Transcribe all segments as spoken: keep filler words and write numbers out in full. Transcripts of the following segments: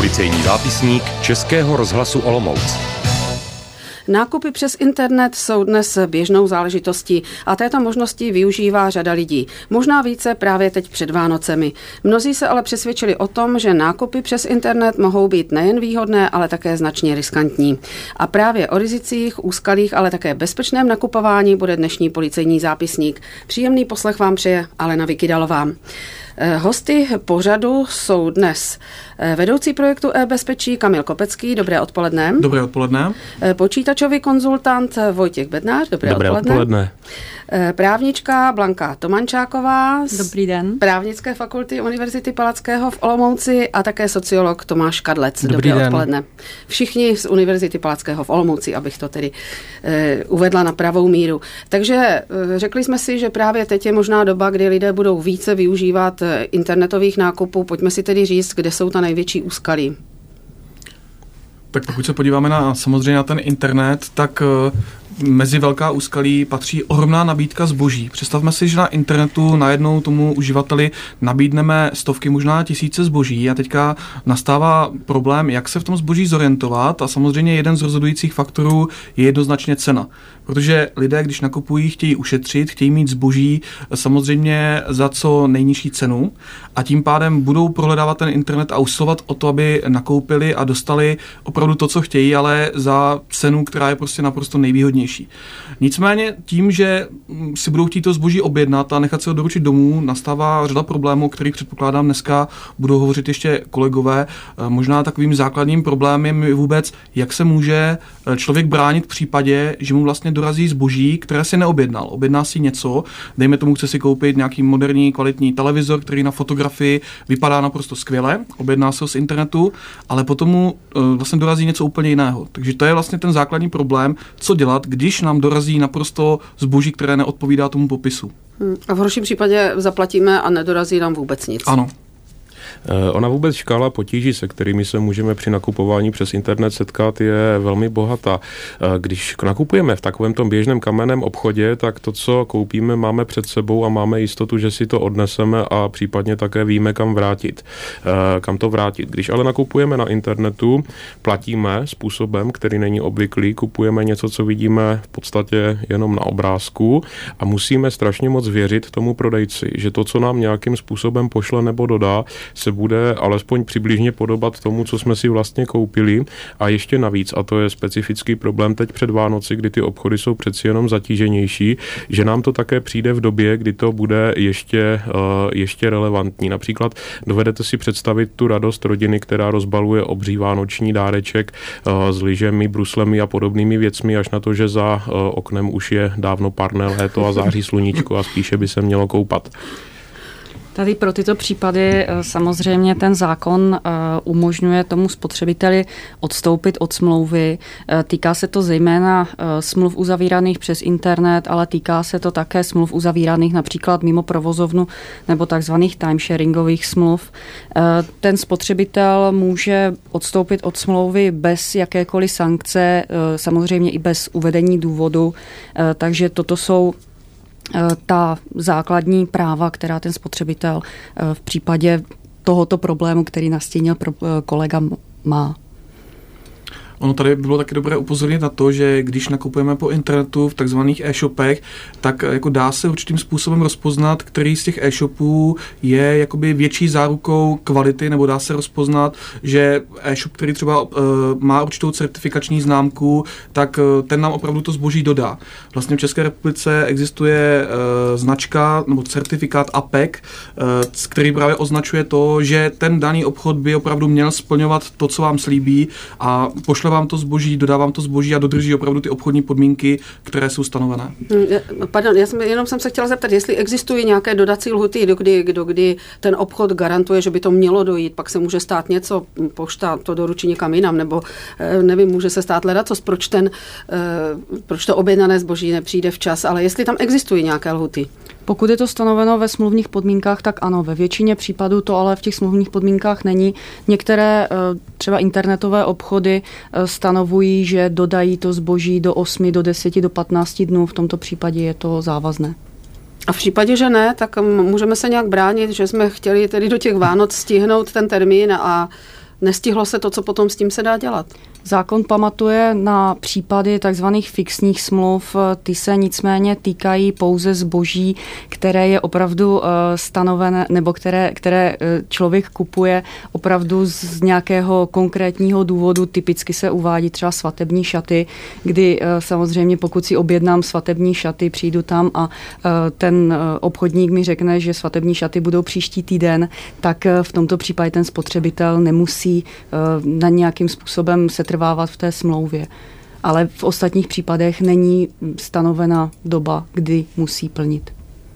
Policejní zápisník Českého rozhlasu Olomouc. Nákupy přes internet jsou dnes běžnou záležitostí a této možnosti využívá řada lidí. Možná více právě teď před Vánocemi. Mnozí se ale přesvědčili o tom, že nákupy přes internet mohou být nejen výhodné, ale také značně riskantní. A právě o rizicích, úskalích, ale také bezpečném nakupování bude dnešní policejní zápisník. Příjemný poslech vám přeje Alena Vykydalová. Hosty pořadu jsou dnes vedoucí projektu e-bezpečí Kamil Kopecký. Dobré odpoledne. Dobré odpoledne. Počítačový konzultant Vojtěch Bednář. Dobré, Dobré odpoledne. odpoledne. Právnička Blanka Tomančáková. Dobrý den. Právnické fakulty Univerzity Palackého v Olomouci a také sociolog Tomáš Kadlec. Dobrý Dobré den. odpoledne. Všichni z Univerzity Palackého v Olomouci, abych to tedy e, uvedla na pravou míru. Takže e, řekli jsme si, že právě teď je možná doba, kdy lidé budou více využívat internetových nákupů. Pojďme si tedy říct, kde jsou ta největší úskalí. Tak pokud se podíváme na samozřejmě na ten internet, tak mezi velká úskalí patří ohromná nabídka zboží. Představme si, že na internetu najednou tomu uživateli nabídneme stovky, možná tisíce zboží a teďka nastává problém, jak se v tom zboží zorientovat a samozřejmě jeden z rozhodujících faktorů je jednoznačně cena. Protože lidé, když nakupují, chtějí ušetřit, chtějí mít zboží samozřejmě za co nejnižší cenu a tím pádem budou prohledávat ten internet a usilovat o to, aby nakoupili a dostali opravdu to, co chtějí, ale za cenu, která je prostě naprosto nejvýhodnější. Nicméně tím, že si budou chtít to zboží objednat a nechat se ho doručit domů, nastává řada problémů, o kterých předpokládám dneska budou hovořit ještě kolegové. Možná takovým základním problémem je vůbec, jak se může člověk bránit v případě, že mu vlastně dorazí zboží, které si neobjednal. Objedná si něco, dejme tomu, chce si koupit nějaký moderní, kvalitní televizor, který na fotografii vypadá naprosto skvěle, objedná se ho z internetu, ale potom mu vlastně dorazí něco úplně jiného. Takže to je vlastně ten základní problém, co dělat, když nám dorazí naprosto zboží, které neodpovídá tomu popisu. A v horším případě zaplatíme a nedorazí nám vůbec nic. Ano. Ona vůbec škála potíží, se kterými se můžeme při nakupování přes internet setkat, je velmi bohatá. Když nakupujeme v takovém tom běžném kamenném obchodě, tak to, co koupíme, máme před sebou a máme jistotu, že si to odneseme a případně také víme, kam vrátit. Kam to vrátit. Když ale nakupujeme na internetu, platíme způsobem, který není obvyklý, kupujeme něco, co vidíme v podstatě jenom na obrázku a musíme strašně moc věřit tomu prodejci, že to, co nám nějakým způsobem pošle nebo dodá, se bude alespoň přibližně podobat tomu, co jsme si vlastně koupili a ještě navíc, a to je specifický problém teď před Vánoci, kdy ty obchody jsou přeci jenom zatíženější, že nám to také přijde v době, kdy to bude ještě, ještě relevantní. Například dovedete si představit tu radost rodiny, která rozbaluje obří vánoční dáreček s lyžemi, bruslemi a podobnými věcmi, až na to, že za oknem už je dávno parné léto a září sluníčko a spíše by se mělo koupat. Tady pro tyto případy samozřejmě ten zákon umožňuje tomu spotřebiteli odstoupit od smlouvy. Týká se to zejména smluv uzavíraných přes internet, ale týká se to také smluv uzavíraných například mimo provozovnu nebo takzvaných timesharingových smluv. Ten spotřebitel může odstoupit od smlouvy bez jakékoliv sankce, samozřejmě i bez uvedení důvodu, takže toto jsou ta základní práva, která ten spotřebitel v případě tohoto problému, který nastínil kolega, má. Ono tady bylo taky dobré upozornit na to, že když nakupujeme po internetu v takzvaných e-shopech, tak jako dá se určitým způsobem rozpoznat, který z těch e-shopů je jakoby větší zárukou kvality, nebo dá se rozpoznat, že e-shop, který třeba uh, má určitou certifikační známku, tak uh, ten nám opravdu to zboží dodá. Vlastně v České republice existuje uh, značka nebo certifikát A P E C, uh, který právě označuje to, že ten daný obchod by opravdu měl splňovat to, co vám slíbí a pošle vám to zboží, dodávám to zboží a dodrží opravdu ty obchodní podmínky, které jsou stanovené. Pardon, já jsem, jenom jsem se chtěla zeptat, jestli existují nějaké dodací lhuty, dokdy, dokdy ten obchod garantuje, že by to mělo dojít, pak se může stát něco, pošta to doručí někam jinam, nebo nevím, může se stát ledacos, proč, ten, proč to objednané zboží nepřijde včas, ale jestli tam existují nějaké lhuty. Pokud je to stanoveno ve smluvních podmínkách, tak ano, ve většině případů to ale v těch smluvních podmínkách není. Některé třeba internetové obchody stanovují, že dodají to zboží do osmi, do deseti, do patnácti dnů, v tomto případě je to závazné. A v případě, že ne, tak můžeme se nějak bránit, že jsme chtěli tedy do těch Vánoc stihnout ten termín a Nestihlo se to, co potom s tím se dá dělat? Zákon pamatuje na případy takzvaných fixních smluv, ty se nicméně týkají pouze zboží, které je opravdu stanovené, nebo které, které člověk kupuje opravdu z nějakého konkrétního důvodu. Typicky se uvádí třeba svatební šaty, kdy samozřejmě pokud si objednám svatební šaty, přijdu tam a ten obchodník mi řekne, že svatební šaty budou příští týden, tak v tomto případě ten spotřebitel nemusí na nějakým způsobem se trvávat v té smlouvě. Ale v ostatních případech není stanovena doba, kdy musí plnit.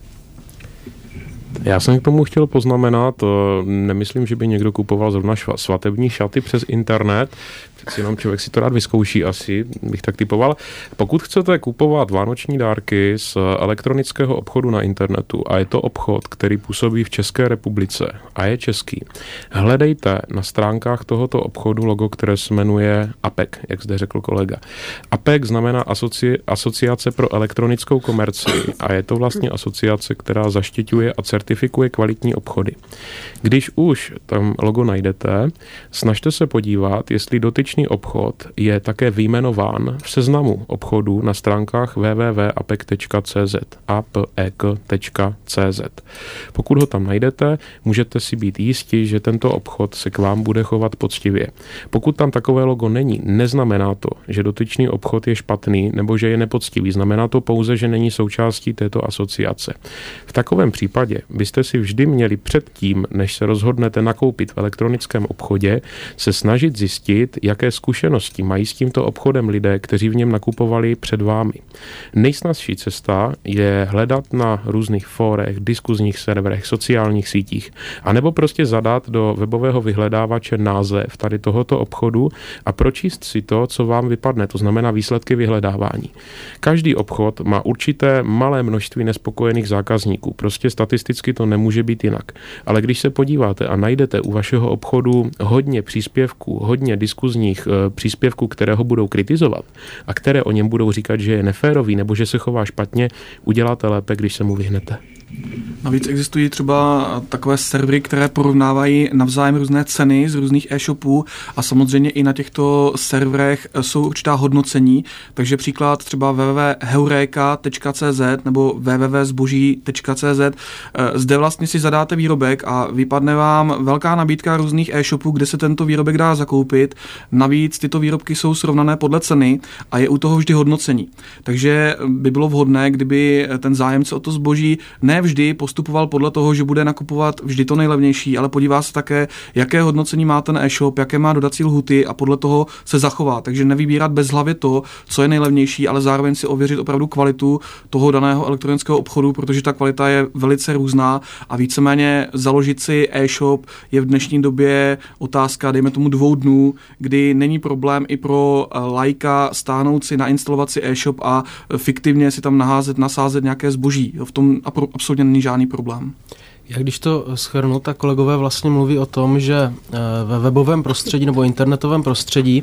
Já jsem k tomu chtěl poznamenat, nemyslím, že by někdo kupoval zrovna svatební šaty přes internet, přeci jenom člověk si to rád vyzkouší asi, bych tak typoval. Pokud chcete kupovat vánoční dárky z elektronického obchodu na internetu a je to obchod, který působí v České republice a je český, hledejte na stránkách tohoto obchodu logo, které se jmenuje A P E C, jak zde řekl kolega. A P E C znamená asoci, Asociace pro elektronickou komerci a je to vlastně asociace, která zaštiťuje a certifikuje kvalitní obchody. Když už tam logo najdete, snažte se podívat, jestli dotyčný obchod je také vyjmenován v seznamu obchodů na stránkách w w w tečka a p e c tečka c z a p e c tečka c z. Pokud ho tam najdete, můžete si být jistí, že tento obchod se k vám bude chovat poctivě. Pokud tam takové logo není, neznamená to, že dotyčný obchod je špatný nebo že je nepoctivý. Znamená to pouze, že není součástí této asociace. V takovém případě byste si vždy měli předtím, než se rozhodnete nakoupit v elektronickém obchodě, se snažit zjistit, jaké zkušenosti mají s tímto obchodem lidé, kteří v něm nakupovali před vámi. Nejsnazší cesta je hledat na různých fórech, diskuzních serverech, sociálních sítích, anebo prostě zadat do webového vyhledávače název tady tohoto obchodu a pročíst si to, co vám vypadne, to znamená výsledky vyhledávání. Každý obchod má určité malé množství nespokojených zákazníků, prostě statisticky to nemůže být jinak. Ale když se podíváte a najdete u vašeho obchodu hodně příspěvků, hodně diskuzních e, příspěvků, které ho budou kritizovat a které o něm budou říkat, že je neférový nebo že se chová špatně, uděláte lépe, když se mu vyhnete. Navíc existují třeba takové servery, které porovnávají navzájem různé ceny z různých e-shopů a samozřejmě i na těchto serverech jsou určitá hodnocení, takže příklad třeba w w w tečka heureka tečka c z nebo w w w tečka zboží tečka c z. Zde vlastně si zadáte výrobek a vypadne vám velká nabídka různých e-shopů, kde se tento výrobek dá zakoupit. Navíc tyto výrobky jsou srovnané podle ceny a je u toho vždy hodnocení. Takže by bylo vhodné, kdyby ten zájemce o to zboží ne vždy postupoval podle toho, že bude nakupovat vždy to nejlevnější, ale podívá se také, jaké hodnocení má ten e-shop, jaké má dodací lhuty a podle toho se zachová. Takže nevybírat bezhlavě to, co je nejlevnější, ale zároveň si ověřit opravdu kvalitu toho daného elektronického obchodu, protože ta kvalita je velice různá a víceméně založit si e-shop je v dnešní době otázka, dejme tomu dvou dnů, kdy není problém i pro laika stáhnout si, nainstalovat si e-shop a fiktivně si tam naházet, nasázet nějaké zboží. V tom absolutně není žádný problém. Já když to shrnu, tak kolegové vlastně mluví o tom, že ve webovém prostředí nebo internetovém prostředí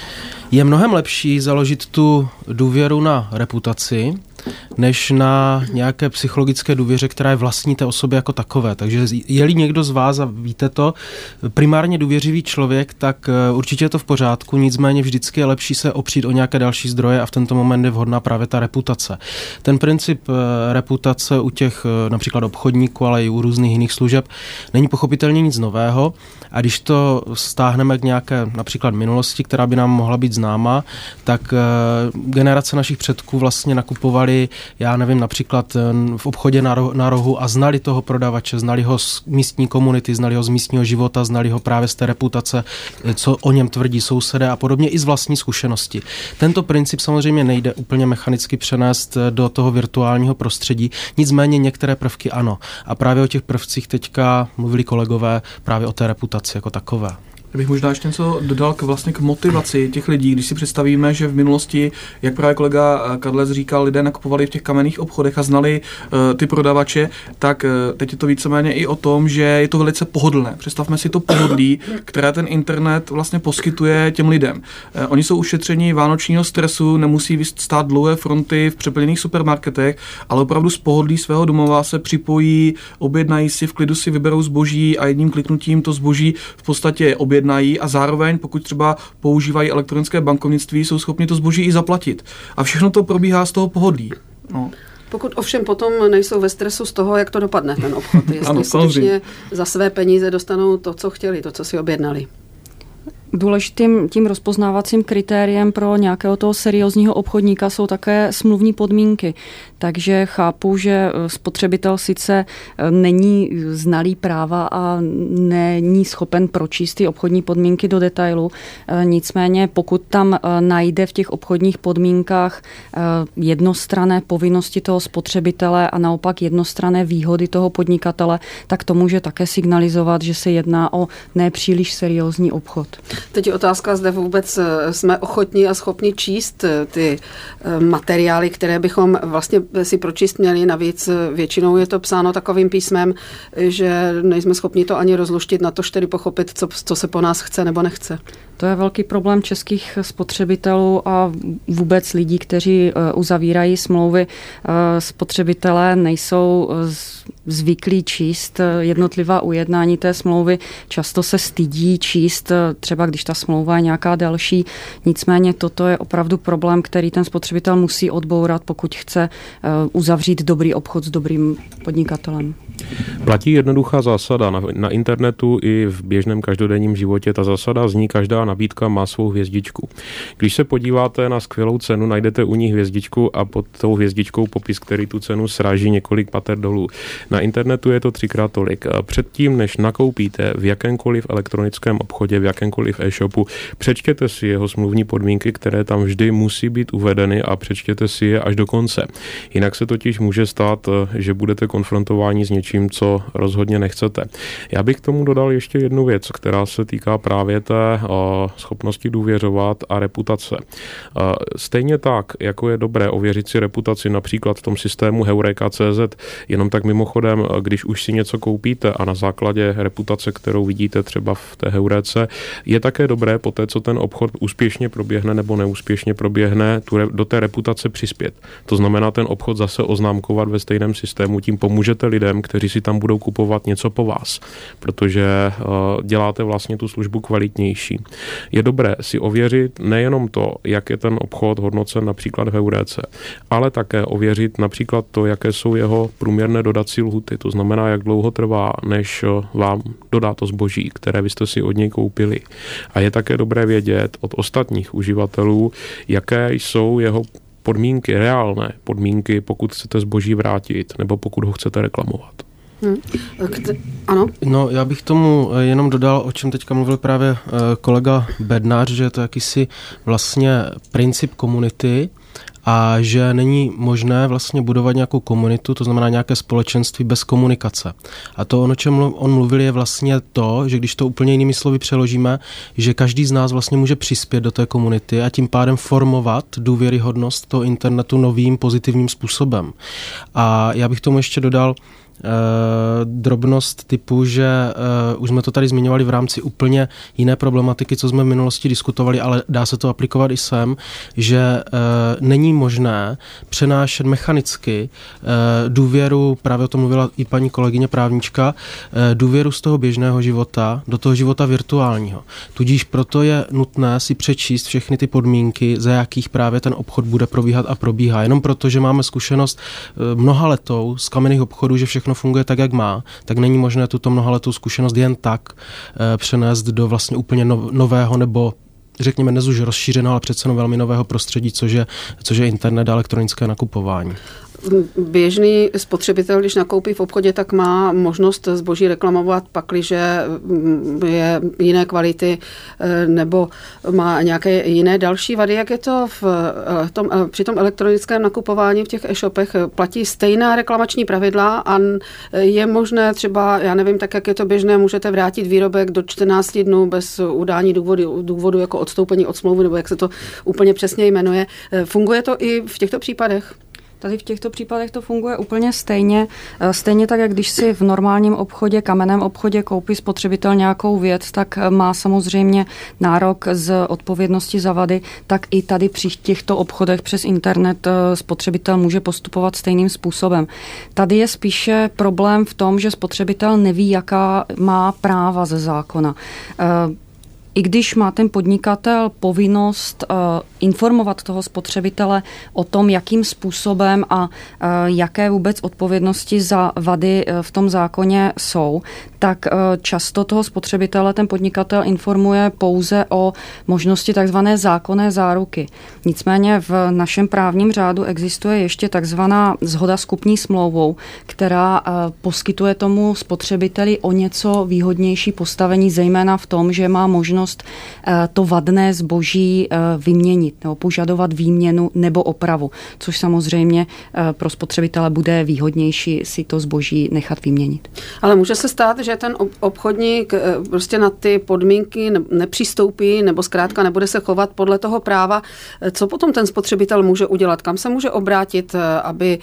je mnohem lepší založit tu důvěru na reputaci, než na nějaké psychologické důvěře, která je vlastní té osobě jako takové. Takže je-li někdo z vás, a víte to, primárně důvěřivý člověk, tak určitě je to v pořádku, nicméně vždycky je lepší se opřít o nějaké další zdroje a v tento moment je vhodná právě ta reputace. Ten princip reputace u těch například obchodníků, ale i u různých jiných služeb není pochopitelně nic nového a když to stáhneme k nějaké například minulosti, která by nám mohla být známa, tak generace našich předků vlastně nakupovali, já nevím, například v obchodě na, ro- na rohu a znali toho prodavače, znali ho z místní komunity, znali ho z místního života, znali ho právě z té reputace, co o něm tvrdí sousedé a podobně i z vlastní zkušenosti. Tento princip samozřejmě nejde úplně mechanicky přenést do toho virtuálního prostředí, nicméně některé prvky ano. A právě o těch prvcích teďka mluvili kolegové právě o té reputaci jako takové. Já bych možná ještě něco dodal k, vlastně k motivaci těch lidí, když si představíme, že v minulosti, jak právě kolega Kadlec říkal, lidé nakupovali v těch kamenných obchodech a znali uh, ty prodavače, tak uh, teď je to víceméně i o tom, že je to velice pohodlné. Představme si to pohodlí, které ten internet vlastně poskytuje těm lidem. Uh, oni jsou ušetřeni vánočního stresu, nemusí stát dlouhé fronty v přeplněných supermarketech, ale opravdu z pohodlí svého domova se připojí, objednají si, v klidu si vyberou zboží a jedním kliknutím to zboží v podstatě objednají objednají a zároveň, pokud třeba používají elektronické bankovnictví, jsou schopni to zboží i zaplatit. A všechno to probíhá z toho pohodlí. No. Pokud ovšem potom nejsou ve stresu z toho, jak to dopadne ten obchod. Jestli ano, skutečně za své peníze dostanou to, co chtěli, to, co si objednali. Důležitým tím rozpoznávacím kritériem pro nějakého toho seriózního obchodníka jsou také smluvní podmínky. Takže chápu, že spotřebitel sice není znalý práva a není schopen pročíst ty obchodní podmínky do detailu. Nicméně pokud tam najde v těch obchodních podmínkách jednostranné povinnosti toho spotřebitele a naopak jednostranné výhody toho podnikatele, tak to může také signalizovat, že se jedná o nepříliš seriózní obchod. Teď je otázka, zde vůbec jsme ochotní a schopni číst ty materiály, které bychom vlastně si pročíst měli. Navíc většinou je to psáno takovým písmem, že nejsme schopni to ani rozluštit, natož tedy pochopit, co, co se po nás chce nebo nechce. To je velký problém českých spotřebitelů a vůbec lidí, kteří uzavírají smlouvy. Spotřebitelé nejsou zvyklí číst jednotlivá ujednání té smlouvy. Často se stydí číst, třeba když ta smlouva je nějaká další. Nicméně toto je opravdu problém, který ten spotřebitel musí odbourat, pokud chce uzavřít dobrý obchod s dobrým podnikatelem. Platí jednoduchá zásada. Na, na internetu i v běžném každodenním životě ta zásada zní: každá nabídka má svou hvězdičku. Když se podíváte na skvělou cenu, najdete u ní hvězdičku a pod tou hvězdičkou popis, který tu cenu sráží několik pater dolů. Na internetu je to třikrát tolik. Předtím, než nakoupíte v jakémkoliv elektronickém obchodě, v jakémkoliv e-shopu, přečtěte si jeho smluvní podmínky, které tam vždy musí být uvedeny, a přečtěte si je až do konce. Jinak se totiž může stát, že budete konfrontováni s něčím, co rozhodně nechcete. Já bych k tomu dodal ještě jednu věc, která se týká právě té o, schopnosti důvěřovat a reputace. O, stejně tak, jako je dobré ověřit si reputaci například v tom systému Heureka tečka cé zet, jenom tak mimochodem, když už si něco koupíte a na základě reputace, kterou vidíte třeba v té Heurece, je také dobré poté, co ten obchod úspěšně proběhne nebo neúspěšně proběhne, tu re, do té reputace přispět. To znamená ten obchod zase oznámkovat ve stejném systému, tím pomůžete lidem, kteří si tam budou kupovat něco po vás, protože uh, děláte vlastně tu službu kvalitnější. Je dobré si ověřit nejenom to, jak je ten obchod hodnocen například v Heurece, ale také ověřit například to, jaké jsou jeho průměrné dodací lhuty. To znamená, jak dlouho trvá, než vám dodá to zboží, které vy jste si od něj koupili. A je také dobré vědět od ostatních uživatelů, jaké jsou jeho podmínky, reálné podmínky, pokud chcete zboží vrátit nebo pokud ho chcete reklamovat. Hmm. Ano? No, já bych tomu jenom dodal, o čem teďka mluvil právě kolega Bednář, že je to jakýsi vlastně princip komunity, a že není možné vlastně budovat nějakou komunitu, to znamená nějaké společenství bez komunikace. A to, o čem on mluvil, je vlastně to, že když to úplně jinými slovy přeložíme, že každý z nás vlastně může přispět do té komunity a tím pádem formovat důvěryhodnost toho internetu novým pozitivním způsobem. A já bych tomu ještě dodal Uh, drobnost typu, že uh, už jsme to tady zmiňovali v rámci úplně jiné problematiky, co jsme v minulosti diskutovali, ale dá se to aplikovat i sem, že uh, není možné přenášet mechanicky uh, důvěru, právě o tom mluvila i paní kolegyně právnička, uh, důvěru z toho běžného života do toho života virtuálního. Tudíž proto je nutné si přečíst všechny ty podmínky, za jakých právě ten obchod bude probíhat a probíhá. Jenom proto, že máme zkušenost uh, mnoha letou z kamenných obchodů, že všechno funguje tak, jak má, tak není možné tuto mnohaletou zkušenost jen tak e, přenést do vlastně úplně no, nového nebo řekněme dnes už rozšířeného, ale přece jenom velmi nového prostředí, což je, což je internet a elektronické nakupování. Běžný spotřebitel, když nakoupí v obchodě, tak má možnost zboží reklamovat, pakliže je jiné kvality nebo má nějaké jiné další vady. Jak je to v tom, při tom elektronickém nakupování v těch e-shopech? Platí stejná reklamační pravidla a je možné třeba, já nevím, tak jak je to běžné, můžete vrátit výrobek do čtrnácti dnů bez udání důvodu, důvodu jako odstoupení od smlouvy, nebo jak se to úplně přesně jmenuje. Funguje to i v těchto případech? Tady v těchto případech to funguje úplně stejně. Stejně tak, jak když si v normálním obchodě, kamenném obchodě koupí spotřebitel nějakou věc, tak má samozřejmě nárok z odpovědnosti za vady, tak i tady při těchto obchodech přes internet spotřebitel může postupovat stejným způsobem. Tady je spíše problém v tom, že spotřebitel neví, jaká má práva ze zákona. I když má ten podnikatel povinnost uh, informovat toho spotřebitele o tom, jakým způsobem a uh, jaké vůbec odpovědnosti za vady uh, v tom zákoně jsou, tak uh, často toho spotřebitele ten podnikatel informuje pouze o možnosti takzvané zákonné záruky. Nicméně v našem právním řádu existuje ještě takzvaná shoda s kupní smlouvou, která uh, poskytuje tomu spotřebiteli o něco výhodnější postavení, zejména v tom, že má možnost to vadné zboží vyměnit nebo požadovat výměnu nebo opravu, což samozřejmě pro spotřebitele bude výhodnější si to zboží nechat vyměnit. Ale může se stát, že ten obchodník prostě na ty podmínky nepřistoupí nebo zkrátka nebude se chovat podle toho práva. Co potom ten spotřebitel může udělat? Kam se může obrátit, aby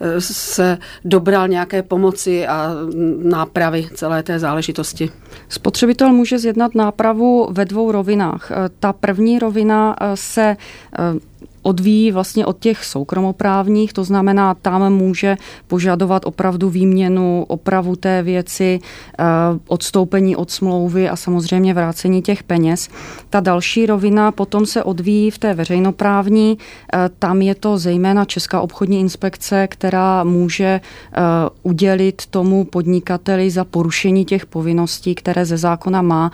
se dobral nějaké pomoci a nápravy celé té záležitosti? Spotřebitel může zjednat nápravu ve dvou rovinách. Ta první rovina se odvíjí vlastně od těch soukromoprávních, to znamená, tam může požadovat opravdu výměnu, opravu té věci, odstoupení od smlouvy a samozřejmě vrácení těch peněz. Ta další rovina potom se odvíjí v té veřejnoprávní, tam je to zejména Česká obchodní inspekce, která může udělit tomu podnikateli za porušení těch povinností, které ze zákona má,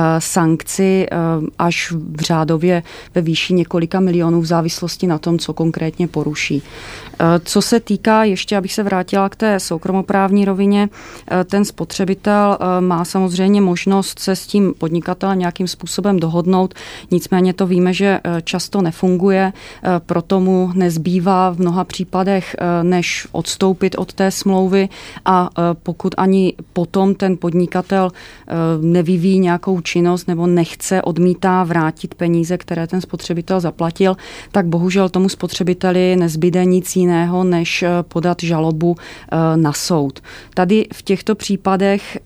sankci až v řádově ve výši několika milionů v závislosti na tom, co konkrétně poruší. Co se týká, ještě abych se vrátila k té soukromoprávní rovině, ten spotřebitel má samozřejmě možnost se s tím podnikatelem nějakým způsobem dohodnout, nicméně to víme, že často nefunguje, proto mu nezbývá v mnoha případech, než odstoupit od té smlouvy a pokud ani potom ten podnikatel nevyvíjí nějakou činnost nebo nechce, odmítá vrátit peníze, které ten spotřebitel zaplatil, tak bohužel tomu spotřebiteli nezbyde nic jiného, než podat žalobu na soud. Tady v těchto případech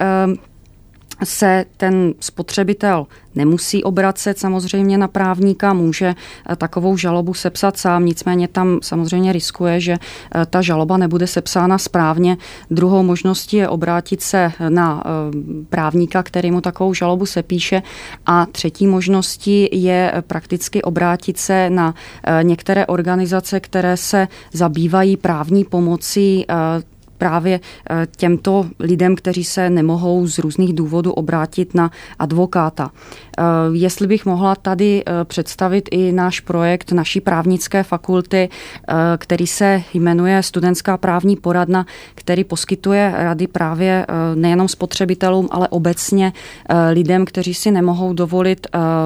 se ten spotřebitel nemusí obracet samozřejmě na právníka, může takovou žalobu sepsat sám, nicméně tam samozřejmě riskuje, že ta žaloba nebude sepsána správně. Druhou možností je obrátit se na právníka, který mu takovou žalobu sepíše, a třetí možností je prakticky obrátit se na některé organizace, které se zabývají právní pomocí právě těmto lidem, kteří se nemohou z různých důvodů obrátit na advokáta. Jestli bych mohla tady představit i náš projekt naší právnické fakulty, který se jmenuje Studentská právní poradna, který poskytuje rady právě nejenom spotřebitelům, ale obecně lidem, kteří si nemohou dovolit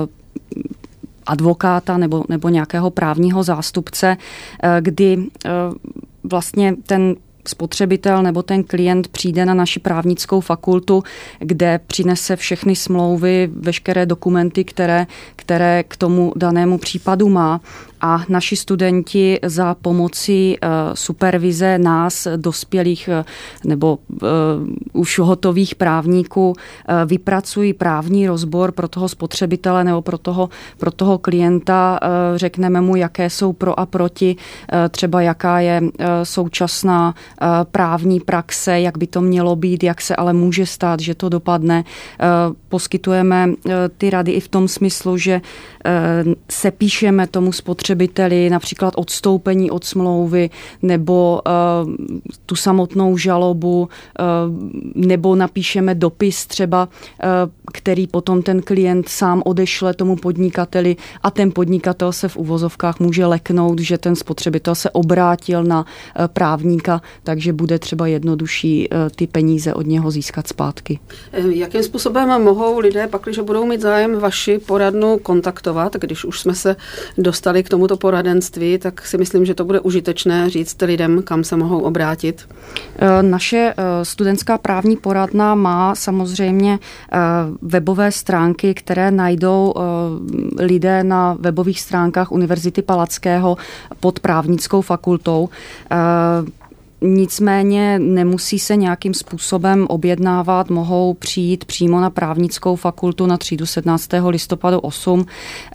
advokáta nebo, nebo nějakého právního zástupce, kdy vlastně ten spotřebitel nebo ten klient přijde na naši právnickou fakultu, kde přinese všechny smlouvy, veškeré dokumenty, které, které k tomu danému případu má, a naši studenti za pomocí uh, supervize nás, dospělých uh, nebo uh, už hotových právníků, uh, vypracují právní rozbor pro toho spotřebitele nebo pro toho, pro toho klienta. Uh, řekneme mu, jaké jsou pro a proti, uh, třeba jaká je uh, současná uh, právní praxe, jak by to mělo být, jak se ale může stát, že to dopadne. Uh, poskytujeme uh, ty rady i v tom smyslu, že uh, sepíšeme tomu spotřebiteli například odstoupení od smlouvy nebo uh, tu samotnou žalobu, uh, nebo napíšeme dopis třeba, uh, který potom ten klient sám odešle tomu podnikateli a ten podnikatel se v uvozovkách může leknout, že ten spotřebitel se obrátil na uh, právníka, takže bude třeba jednodušší uh, ty peníze od něho získat zpátky. Jakým způsobem mohou lidé, pakliže budou mít zájem, vaši poradnu kontaktovat, když už jsme se dostali k tomuto poradenství, tak si myslím, že to bude užitečné říct lidem, kam se mohou obrátit. Naše studentská právní poradna má samozřejmě webové stránky, které najdou lidé na webových stránkách Univerzity Palackého pod právnickou fakultou. nicméně nemusí se nějakým způsobem objednávat, mohou přijít přímo na právnickou fakultu na třídu sedmnáctého listopadu osm,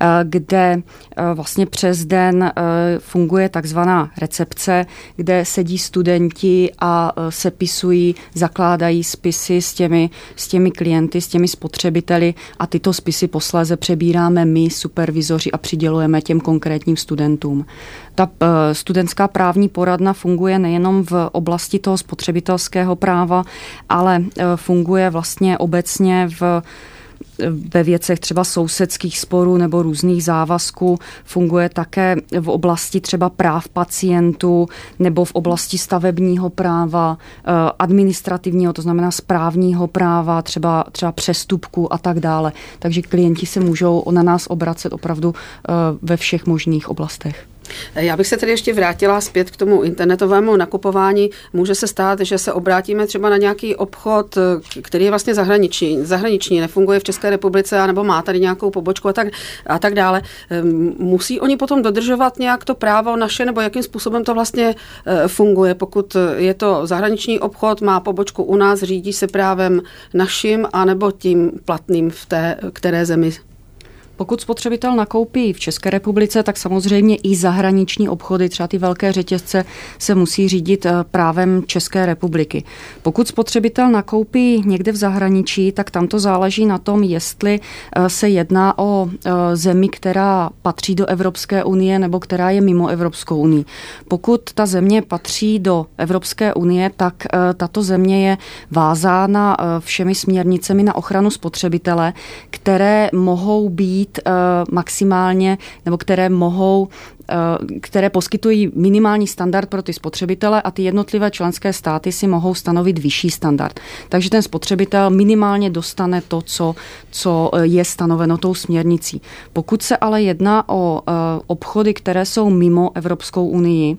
kde vlastně přes den funguje takzvaná recepce, kde sedí studenti a sepisují, zakládají spisy s těmi, s těmi klienty, s těmi spotřebiteli a tyto spisy posléze přebíráme my, supervizoři a přidělujeme těm konkrétním studentům. Ta studentská právní poradna funguje nejenom v oblasti toho spotřebitelského práva, ale funguje vlastně obecně v ve věcech třeba sousedských sporů nebo různých závazků, funguje také v oblasti třeba práv pacientů nebo v oblasti stavebního práva, administrativního, to znamená správního práva, třeba, třeba přestupků a tak dále. Takže klienti se můžou na nás obracet opravdu ve všech možných oblastech. Já bych se tedy ještě vrátila zpět k tomu internetovému nakupování. Může se stát, že se obrátíme třeba na nějaký obchod, který je vlastně zahraniční, zahraniční, nefunguje v České republice, anebo má tady nějakou pobočku a tak, a tak dále. Musí oni potom dodržovat nějak to právo naše, nebo jakým způsobem to vlastně funguje? Pokud je to zahraniční obchod, má pobočku u nás, řídí se právem naším, anebo tím platným v té které zemi? Pokud spotřebitel nakoupí v České republice, tak samozřejmě i zahraniční obchody, třeba ty velké řetězce, se musí řídit právem České republiky. Pokud spotřebitel nakoupí někde v zahraničí, tak tam to záleží na tom, jestli se jedná o zemi, která patří do Evropské unie nebo která je mimo Evropskou unii. Pokud ta země patří do Evropské unie, tak tato země je vázána všemi směrnicemi na ochranu spotřebitele, které mohou být maximálně, nebo které mohou, které poskytují minimální standard pro ty spotřebitele a ty jednotlivé členské státy si mohou stanovit vyšší standard. Takže ten spotřebitel minimálně dostane to, co, co je stanoveno tou směrnicí. Pokud se ale jedná o obchody, které jsou mimo Evropskou unii,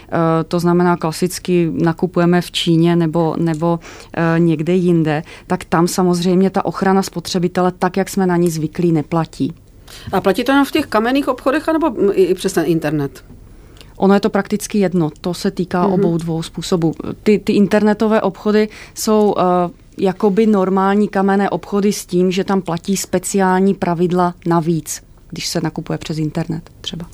to znamená klasicky nakupujeme v Číně nebo, nebo někde jinde, tak tam samozřejmě ta ochrana spotřebitele, tak jak jsme na ní zvyklí, neplatí. A platí to jenom v těch kamenných obchodech, anebo i přes ten internet? Ono je to prakticky jedno, to se týká mm-hmm. obou dvou způsobů. Ty, ty internetové obchody jsou uh, jakoby normální kamenné obchody s tím, že tam platí speciální pravidla navíc, když se nakupuje přes internet třeba.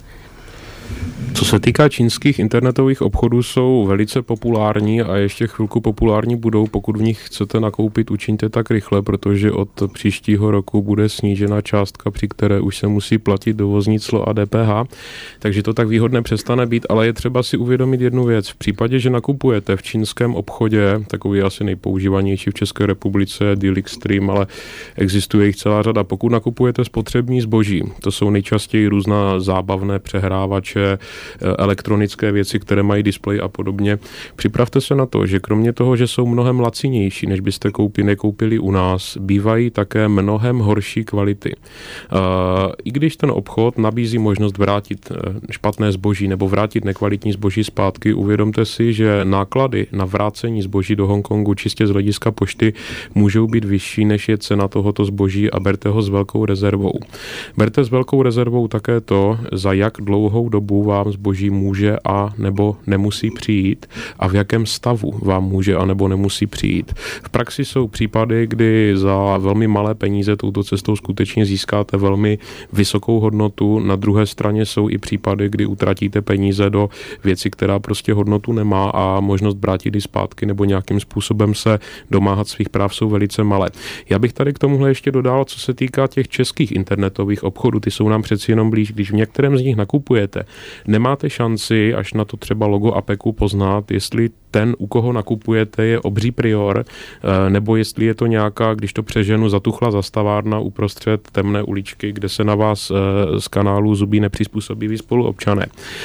Co se týká čínských internetových obchodů, jsou velice populární a ještě chvilku populární budou. Pokud v nich chcete nakoupit, učiňte tak rychle, protože od příštího roku bude snížena částka, při které už se musí platit dovozní clo a D P H. Takže to tak výhodné přestane být, ale je třeba si uvědomit jednu věc. V případě, že nakupujete v čínském obchodě, takový asi nejpoužívanější v České republice je Deal Extreme, ale existuje jich celá řada. Pokud nakupujete spotřební zboží, to jsou nejčastěji různá zábavné přehrávače, elektronické věci, které mají displej a podobně. Připravte se na to, že kromě toho, že jsou mnohem lacinější, než byste koupi, nekoupili u nás, bývají také mnohem horší kvality. I když ten obchod nabízí možnost vrátit špatné zboží nebo vrátit nekvalitní zboží zpátky, uvědomte si, že náklady na vrácení zboží do Hongkongu čistě z hlediska pošty můžou být vyšší, než je cena tohoto zboží a berte ho s velkou rezervou. Berte s velkou rezervou také to, za jak dlouhou dobu vám zboží může a nebo nemusí přijít a v jakém stavu vám může a nebo nemusí přijít. V praxi jsou případy, kdy za velmi malé peníze touto cestou skutečně získáte velmi vysokou hodnotu. Na druhé straně jsou i případy, kdy utratíte peníze do věci, která prostě hodnotu nemá a možnost vrátit ji zpátky nebo nějakým způsobem se domáhat svých práv jsou velice malé. Já bych tady k tomuhle ještě dodal, co se týká těch českých internetových obchodů, ty jsou nám přeci jenom blíž, když v některém z nich nakupujete, nemáte šanci až na to třeba logo APEKu poznat, jestli ten, u koho nakupujete, je obří prior, nebo jestli je to nějaká, když to přeženu, zatuchla zastavárna uprostřed temné uličky, kde se na vás z kanálu zubí nepřizpůsobiví spoluobčané.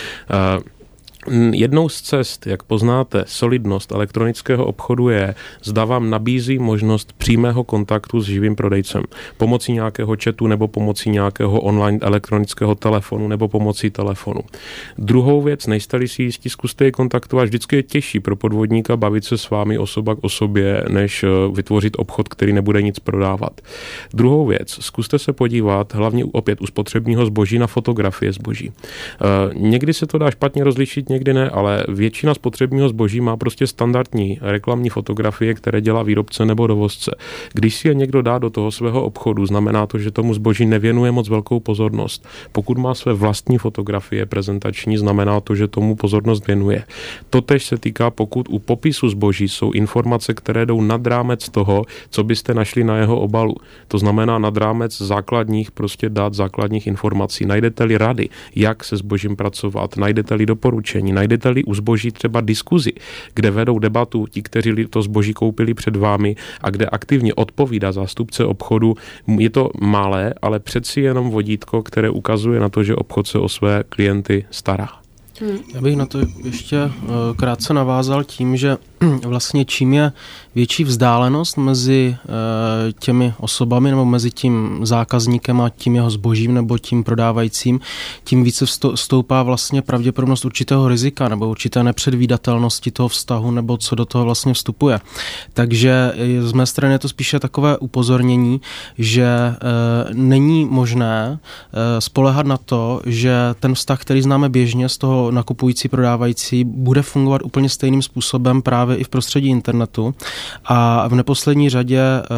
Jednou z cest, jak poznáte solidnost elektronického obchodu je, zda vám nabízí možnost přímého kontaktu s živým prodejcem. Pomocí nějakého chatu nebo pomocí nějakého online elektronického telefonu nebo pomocí telefonu. Druhou věc, nejste-li si jistí, zkuste je kontaktovat. Vždycky je těžší pro podvodníka bavit se s vámi osoba k osobě, než vytvořit obchod, který nebude nic prodávat. Druhou věc, zkuste se podívat, hlavně opět u spotřebního zboží, na fotografie zboží. Někdy se to dá špatně rozlišit někdy ne, ale většina spotřebního zboží má prostě standardní reklamní fotografie, které dělá výrobce nebo dovozce. Když si je někdo dá do toho svého obchodu, znamená to, že tomu zboží nevěnuje moc velkou pozornost. Pokud má své vlastní fotografie prezentační, znamená to, že tomu pozornost věnuje. Totež se týká, pokud u popisu zboží jsou informace, které jdou nad rámec toho, co byste našli na jeho obalu. To znamená nad rámec základních prostě dát základních informací. Najdete-li rady, jak se zbožím pracovat, najdete-li doporučení, najdete-li u zboží třeba diskuzi, kde vedou debatu ti, kteří to zboží koupili před vámi a kde aktivně odpovídá zástupce obchodu. Je to malé, ale přeci jenom vodítko, které ukazuje na to, že obchod se o své klienty stará. Hmm. Já bych na to ještě krátce navázal tím, že vlastně čím je větší vzdálenost mezi těmi osobami nebo mezi tím zákazníkem a tím jeho zbožím nebo tím prodávajícím, tím více stoupá vlastně pravděpodobnost určitého rizika nebo určité nepředvídatelnosti toho vztahu nebo co do toho vlastně vstupuje. Takže z mé strany je to spíše takové upozornění, že není možné spoléhat na to, že ten vztah, který známe běžně z toho nakupující, prodávající, bude fungovat úplně stejným způsobem právě i v prostředí internetu. A v neposlední řadě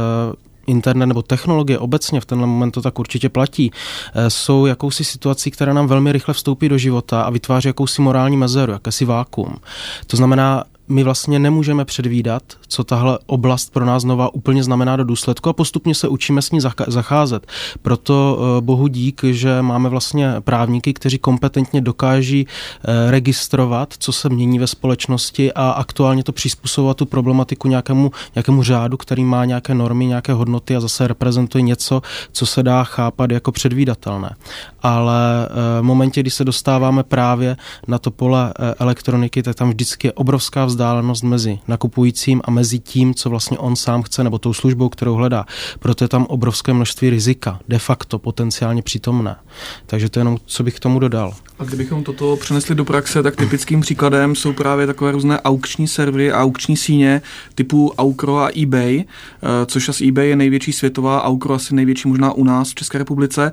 internet nebo technologie obecně, v tenhle moment to tak určitě platí, jsou jakousi situací, která nám velmi rychle vstoupí do života a vytváří jakousi morální mezeru, jakési vákuum. To znamená, my vlastně nemůžeme předvídat, co tahle oblast pro nás nová úplně znamená do důsledku a postupně se učíme s ní zacházet. Proto bohu dík, že máme vlastně právníky, kteří kompetentně dokáží registrovat, co se mění ve společnosti a aktuálně to přizpůsobovat tu problematiku nějakému, nějakému řádu, který má nějaké normy, nějaké hodnoty a zase reprezentuje něco, co se dá chápat jako předvídatelné. Ale v momentě, kdy se dostáváme právě na to pole elektroniky, tak tam vždycky je obrovská vzdálenost mezi nakupujícím a mezi tím, co vlastně on sám chce, nebo tou službou, kterou hledá. Proto je tam obrovské množství rizika, de facto potenciálně přítomné. Takže to je jenom, co bych k tomu dodal. A kdybychom toto přenesli do praxe, tak typickým příkladem jsou právě takové různé aukční servery a aukční síně typu Aukro a eBay, což asi eBay je největší světová, Aukro asi největší možná u nás v České republice,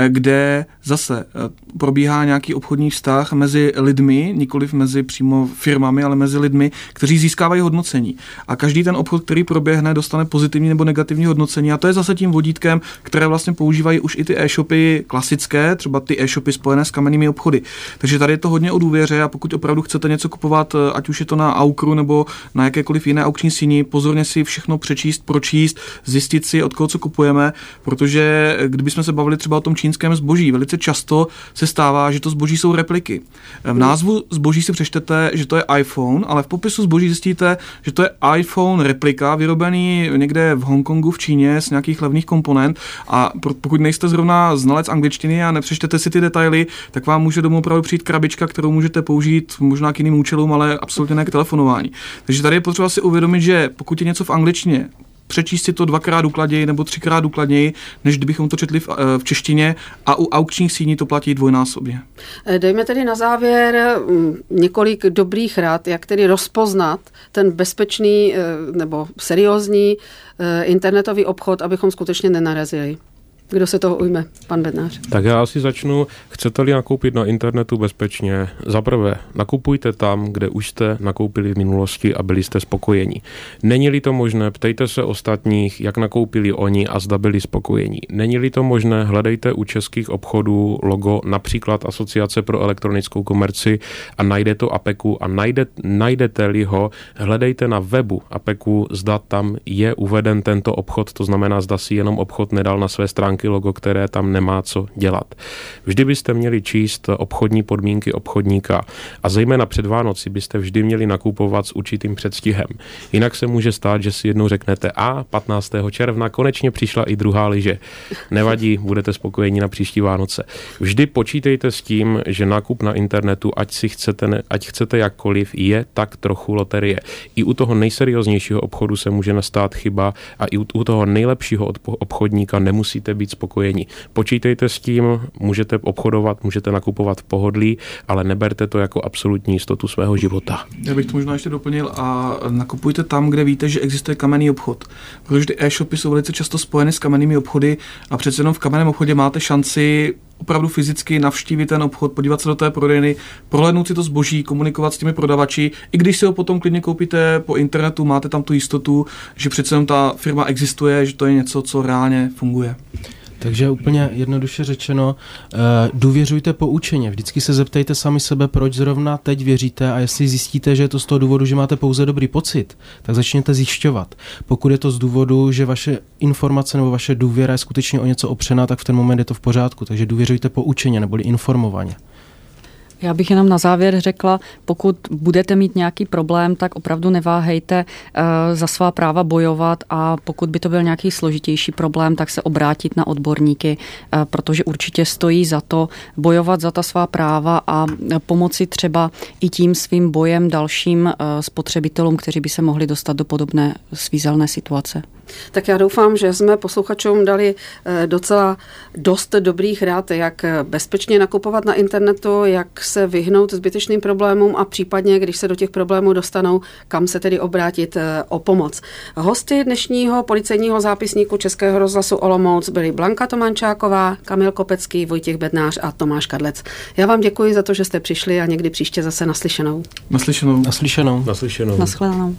kde zase probíhá nějaký obchodní vztah mezi lidmi, nikoliv mezi přímo firmami, ale mezi lidmi, kteří získávají hodnocení. A každý ten obchod, který proběhne, dostane pozitivní nebo negativní hodnocení. A to je zase tím vodítkem, které vlastně používají už i ty e-shopy klasické, třeba ty e-shopy spojené s kamennými obchody. Takže tady je to hodně o důvěře a pokud opravdu chcete něco kupovat, ať už je to na Aukru nebo na jakékoliv jiné aukční síni, pozorně si všechno přečíst, pročíst, zjistit si, od koho co kupujeme, protože kdybychom se bavili třeba o tom čínském zboží, velice často se stává, že to zboží jsou repliky. V názvu zboží si přečtete, že to je iPhone, ale v popisu zboží zjistíte, že to je iPhone replika, vyrobený někde v Hongkongu, v Číně z nějakých levných komponent a pokud nejste zrovna znalec angličtiny a nepřečtete si ty detaily, tak vám může domů opravdu přijít krabička, kterou můžete použít možná k jiným účelům, ale absolutně ne k telefonování. Takže tady je potřeba si uvědomit, že pokud je něco v angličtině, přečíst si to dvakrát důkladněji nebo třikrát důkladněji, než kdybychom to četli v, v češtině a u aukčních síní to platí dvojnásobně. Dejme tedy na závěr několik dobrých rad, jak tedy rozpoznat ten bezpečný nebo seriózní internetový obchod, abychom skutečně nenarazili. Kdo se toho ujme? Pan Bednář. Tak já asi začnu. Chcete-li nakoupit na internetu bezpečně? Za prvé, nakupujte tam, kde už jste nakoupili v minulosti a byli jste spokojení. Není-li to možné, ptejte se ostatních, jak nakoupili oni a zda byli spokojení. Není-li to možné, hledejte u českých obchodů logo například Asociace pro elektronickou komerci a najde to APEKu a najde, najdete-li ho, hledejte na webu APEKu, zda tam je uveden tento obchod, to znamená, zda si jenom obchod nedal na své stránky logo, které tam nemá co dělat. Vždy byste měli číst obchodní podmínky obchodníka a zejména před Vánoci byste vždy měli nakupovat s určitým předstihem. Jinak se může stát, že si jednou řeknete a patnáctého června konečně přišla i druhá lyže. Nevadí, budete spokojení na příští Vánoce. Vždy počítejte s tím, že nákup na internetu, ať si chcete, ne, ať chcete jakkoliv, je tak trochu loterie. I u toho nejserióznějšího obchodu se může nastát chyba a i u, u toho nejlepšího obchodníka nemusíte být spokojení. Počítejte s tím, můžete obchodovat, můžete nakupovat v pohodlí, ale neberte to jako absolutní jistotu svého života. Já bych to možná ještě doplnil a nakupujte tam, kde víte, že existuje kamenný obchod. Protože ty e-shopy jsou velice často spojeny s kamennými obchody a přece jenom v kamenném obchodě máte šanci opravdu fyzicky navštívit ten obchod, podívat se do té prodejny, prohlédnout si to zboží, komunikovat s těmi prodavači. I když si ho potom klidně koupíte po internetu, máte tam tu jistotu, že přece jenom ta firma existuje, že to je něco, co reálně funguje. Takže úplně jednoduše řečeno, důvěřujte poučeně. Vždycky se zeptejte sami sebe, proč zrovna teď věříte, a jestli zjistíte, že je to z toho důvodu, že máte pouze dobrý pocit, tak začněte zjišťovat. Pokud je to z důvodu, že vaše informace nebo vaše důvěra je skutečně o něco opřená, tak v ten moment je to v pořádku. Takže důvěřujte poučeně neboli informovaně. Já bych jenom na závěr řekla, pokud budete mít nějaký problém, tak opravdu neváhejte uh, za svá práva bojovat, a pokud by to byl nějaký složitější problém, tak se obrátit na odborníky, uh, protože určitě stojí za to bojovat za ta svá práva a pomoci třeba i tím svým bojem dalším uh, spotřebitelům, kteří by se mohli dostat do podobné svízelné situace. Tak já doufám, že jsme posluchačům dali docela dost dobrých rád, jak bezpečně nakupovat na internetu, jak se vyhnout zbytečným problémům a případně, když se do těch problémů dostanou, kam se tedy obrátit o pomoc. Hosty dnešního policejního zápisníku Českého rozhlasu Olomouc byli Blanka Tomančáková, Kamil Kopecký, Vojtěch Bednář a Tomáš Kadlec. Já vám děkuji za to, že jste přišli, a někdy příště zase naslyšenou. Naslyšenou. Naslyšenou. Naslyšenou. Naschledanou.